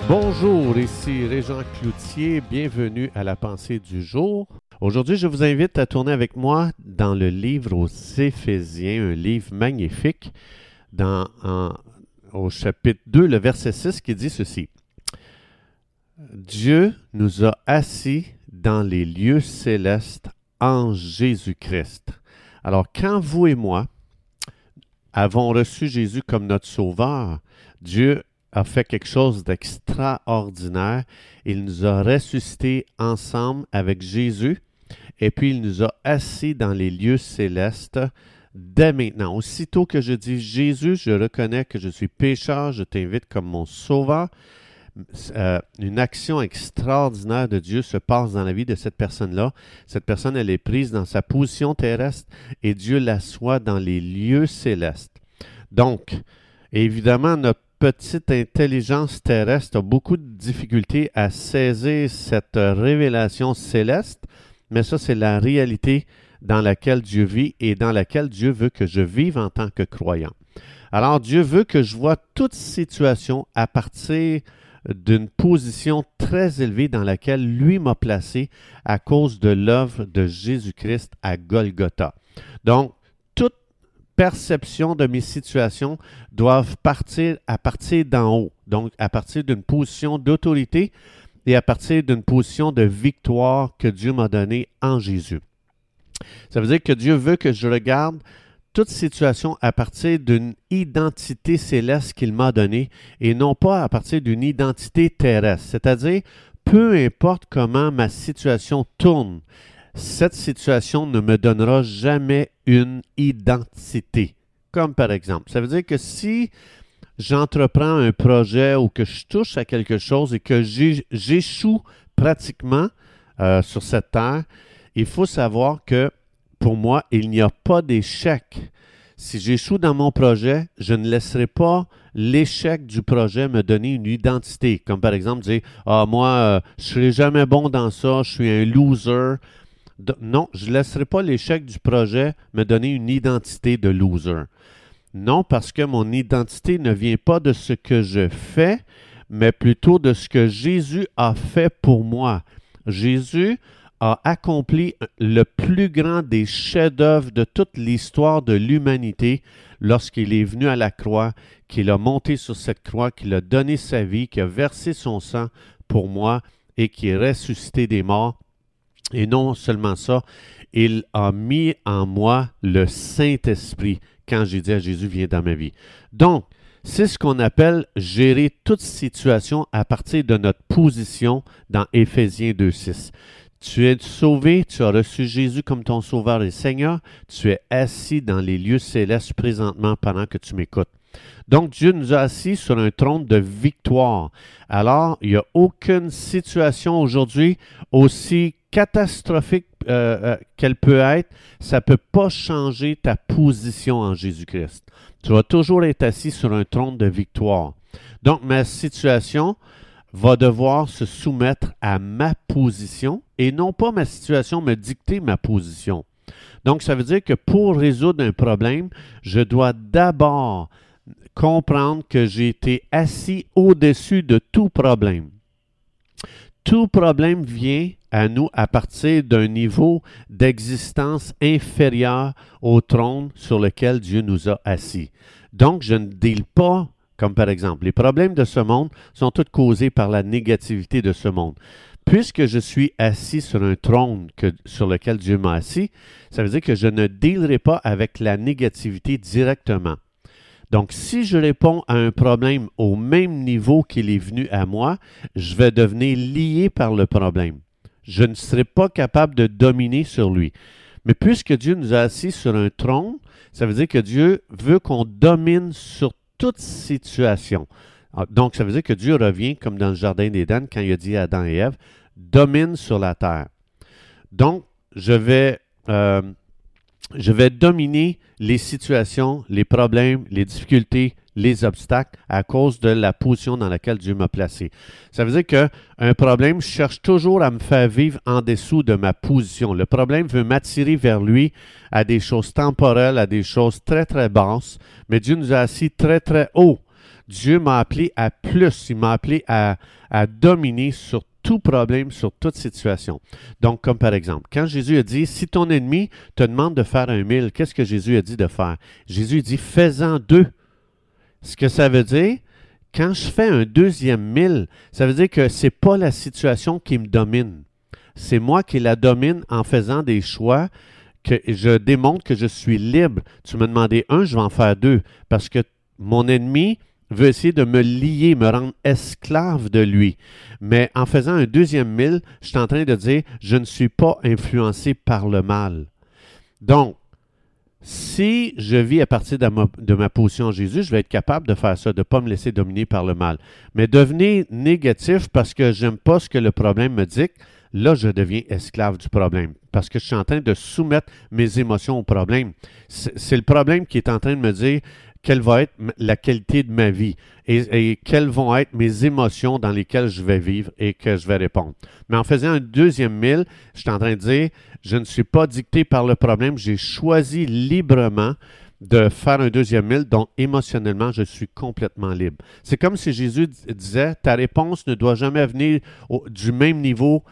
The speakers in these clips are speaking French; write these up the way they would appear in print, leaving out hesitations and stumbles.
Bonjour, ici Régent Cloutier, bienvenue à la pensée du jour. Aujourd'hui, je vous invite à tourner avec moi dans le livre aux Éphésiens, un livre magnifique, au chapitre 2, le verset 6 qui dit ceci. Dieu nous a assis dans les lieux célestes en Jésus-Christ. Alors, quand vous et moi avons reçu Jésus comme notre Sauveur, Dieu a fait quelque chose d'extraordinaire. Il nous a ressuscités ensemble avec Jésus et puis il nous a assis dans les lieux célestes dès maintenant. Aussitôt que je dis Jésus, je reconnais que je suis pécheur, je t'invite comme mon Sauveur. Une action extraordinaire de Dieu se passe dans la vie de cette personne-là. Cette personne, elle est prise dans sa position terrestre et Dieu l'assoit dans les lieux célestes. Donc, évidemment, notre petite intelligence terrestre a beaucoup de difficultés à saisir cette révélation céleste, mais ça, c'est la réalité dans laquelle Dieu vit et dans laquelle Dieu veut que je vive en tant que croyant. Alors, Dieu veut que je vois toute situation à partir d'une position très élevée dans laquelle lui m'a placé à cause de l'œuvre de Jésus-Christ à Golgotha. Donc, toute perception de mes situations doivent partir à partir d'en haut, donc à partir d'une position d'autorité et à partir d'une position de victoire que Dieu m'a donnée en Jésus. Ça veut dire que Dieu veut que je regarde toute situation à partir d'une identité céleste qu'il m'a donnée et non pas à partir d'une identité terrestre. C'est-à-dire, peu importe comment ma situation tourne, cette situation ne me donnera jamais une identité. Comme par exemple, ça veut dire que si j'entreprends un projet ou que je touche à quelque chose et que j'échoue pratiquement sur cette terre, il faut savoir que pour moi, il n'y a pas d'échec. Si j'échoue dans mon projet, je ne laisserai pas l'échec du projet me donner une identité. Comme par exemple dire « Ah, moi, je ne serai jamais bon dans ça, je suis un loser. » Non, je ne laisserai pas l'échec du projet me donner une identité de loser. Non, parce que mon identité ne vient pas de ce que je fais, mais plutôt de ce que Jésus a fait pour moi. Jésus a accompli le plus grand des chefs-d'œuvre de toute l'histoire de l'humanité lorsqu'il est venu à la croix, qu'il a monté sur cette croix, qu'il a donné sa vie, qu'il a versé son sang pour moi et qui est ressuscité des morts. Et non seulement ça, il a mis en moi le Saint-Esprit quand j'ai dit à Jésus, viens dans ma vie. Donc, c'est ce qu'on appelle gérer toute situation à partir de notre position dans Éphésiens 2.6. Tu es sauvé, tu as reçu Jésus comme ton Sauveur et Seigneur, tu es assis dans les lieux célestes présentement pendant que tu m'écoutes. Donc, Dieu nous a assis sur un trône de victoire. Alors, il n'y a aucune situation aujourd'hui aussi catastrophique qu'elle peut être, ça ne peut pas changer ta position en Jésus-Christ. Tu vas toujours être assis sur un trône de victoire. Donc, ma situation va devoir se soumettre à ma position et non pas ma situation me dicter ma position. Donc, ça veut dire que pour résoudre un problème, je dois d'abord comprendre que j'ai été assis au-dessus de tout problème. Tout problème vient à nous à partir d'un niveau d'existence inférieur au trône sur lequel Dieu nous a assis. Donc, je ne deal pas, comme par exemple, les problèmes de ce monde sont tous causés par la négativité de ce monde. Puisque je suis assis sur un trône sur lequel Dieu m'a assis, ça veut dire que je ne dealerai pas avec la négativité directement. Donc, si je réponds à un problème au même niveau qu'il est venu à moi, je vais devenir lié par le problème. Je ne serai pas capable de dominer sur lui. Mais puisque Dieu nous a assis sur un trône, ça veut dire que Dieu veut qu'on domine sur toute situation. Donc, ça veut dire que Dieu revient, comme dans le Jardin d'Éden, quand il a dit à Adam et Ève, domine sur la terre. Donc, je vais dominer les situations, les problèmes, les difficultés, les obstacles à cause de la position dans laquelle Dieu m'a placé. Ça veut dire qu'un problème cherche toujours à me faire vivre en dessous de ma position. Le problème veut m'attirer vers lui à des choses temporelles, à des choses très, très basses, mais Dieu nous a assis très, très haut. Dieu m'a appelé à plus. Il m'a appelé à dominer sur tout problème, sur toute situation. Donc, comme par exemple, quand Jésus a dit, si ton ennemi te demande de faire 1 000, qu'est-ce que Jésus a dit de faire? Jésus dit, fais-en 2. Ce que ça veut dire, quand je fais un 2e 1 000, ça veut dire que ce n'est pas la situation qui me domine. C'est moi qui la domine en faisant des choix que je démontre que je suis libre. Tu m'as demandé 1, je vais en faire 2. Parce que mon ennemi veut essayer de me lier, me rendre esclave de lui. Mais en faisant un 2e 1 000, je suis en train de dire, je ne suis pas influencé par le mal. Donc, si je vis à partir de ma position en Jésus, je vais être capable de faire ça, de ne pas me laisser dominer par le mal. Mais devenir négatif parce que je n'aime pas ce que le problème me dit, là, je deviens esclave du problème. Parce que je suis en train de soumettre mes émotions au problème. C'est le problème qui est en train de me dire quelle va être la qualité de ma vie et quelles vont être mes émotions dans lesquelles je vais vivre et que je vais répondre. Mais en faisant un 2e 1 000, je suis en train de dire, je ne suis pas dicté par le problème, j'ai choisi librement de faire un 2e 1 000, donc émotionnellement, je suis complètement libre. C'est comme si Jésus disait, ta réponse ne doit jamais venir du même niveau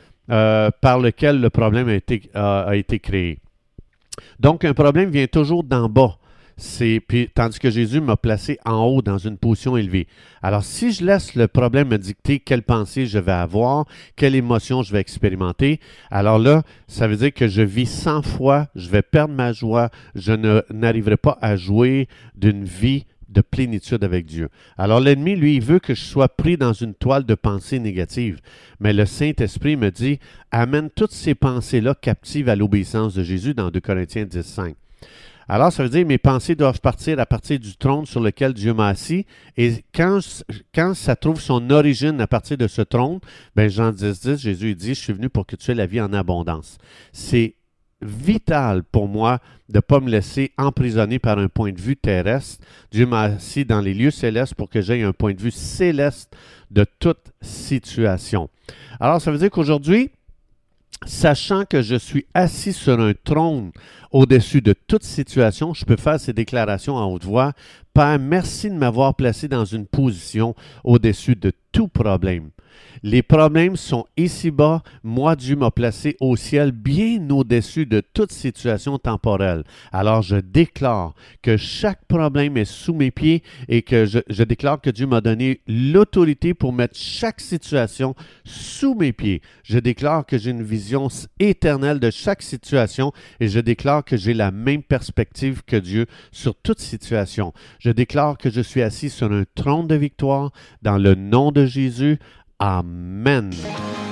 par lequel le problème a été créé. Donc, un problème vient toujours d'en bas. Tandis que Jésus m'a placé en haut dans une position élevée. Alors, si je laisse le problème me dicter quelle pensée je vais avoir, quelle émotion je vais expérimenter, alors là, ça veut dire que je vis 100 fois, je vais perdre ma joie, je n'arriverai pas à jouer d'une vie de plénitude avec Dieu. Alors l'ennemi, lui, il veut que je sois pris dans une toile de pensées négatives. Mais le Saint-Esprit me dit, amène toutes ces pensées-là captives à l'obéissance de Jésus dans 2 Corinthiens 10:5. Alors, ça veut dire que mes pensées doivent partir à partir du trône sur lequel Dieu m'a assis. Et quand ça trouve son origine à partir de ce trône, ben Jean 10:10, Jésus dit, je suis venu pour que tu aies la vie en abondance. C'est vital pour moi de ne pas me laisser emprisonner par un point de vue terrestre. Dieu m'a assis dans les lieux célestes pour que j'aie un point de vue céleste de toute situation. Alors, ça veut dire qu'aujourd'hui, sachant que je suis assis sur un trône au-dessus de toute situation, je peux faire ces déclarations à haute voix. Père, merci de m'avoir placé dans une position au-dessus de tout problème. Les problèmes sont ici-bas. Moi, Dieu m'a placé au ciel bien au-dessus de toute situation temporelle. Alors, je déclare que chaque problème est sous mes pieds et que je déclare que Dieu m'a donné l'autorité pour mettre chaque situation sous mes pieds. Je déclare que j'ai une vision éternelle de chaque situation et je déclare que j'ai la même perspective que Dieu sur toute situation. Je déclare que je suis assis sur un trône de victoire dans le nom de Jésus. Amen.